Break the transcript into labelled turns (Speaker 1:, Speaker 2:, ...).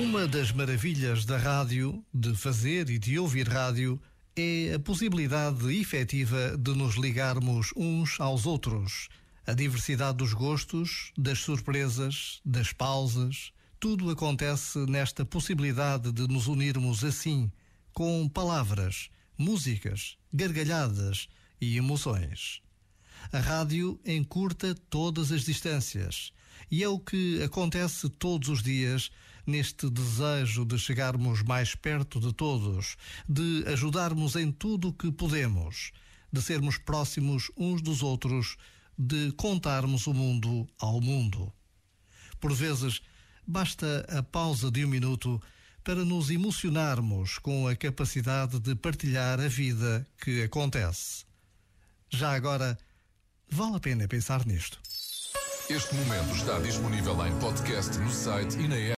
Speaker 1: Uma das maravilhas da rádio, de fazer e de ouvir rádio, é a possibilidade efetiva de nos ligarmos uns aos outros. A diversidade dos gostos, das surpresas, das pausas, tudo acontece nesta possibilidade de nos unirmos assim, com palavras, músicas, gargalhadas e emoções. A rádio encurta todas as distâncias e é o que acontece todos os dias neste desejo de chegarmos mais perto de todos, de ajudarmos em tudo o que podemos, de sermos próximos uns dos outros, de contarmos o mundo ao mundo. Por vezes, basta a pausa de um minuto para nos emocionarmos com a capacidade de partilhar a vida que acontece. Já agora, vale a pena pensar nisto.
Speaker 2: Este momento está disponível em podcast no site e na app.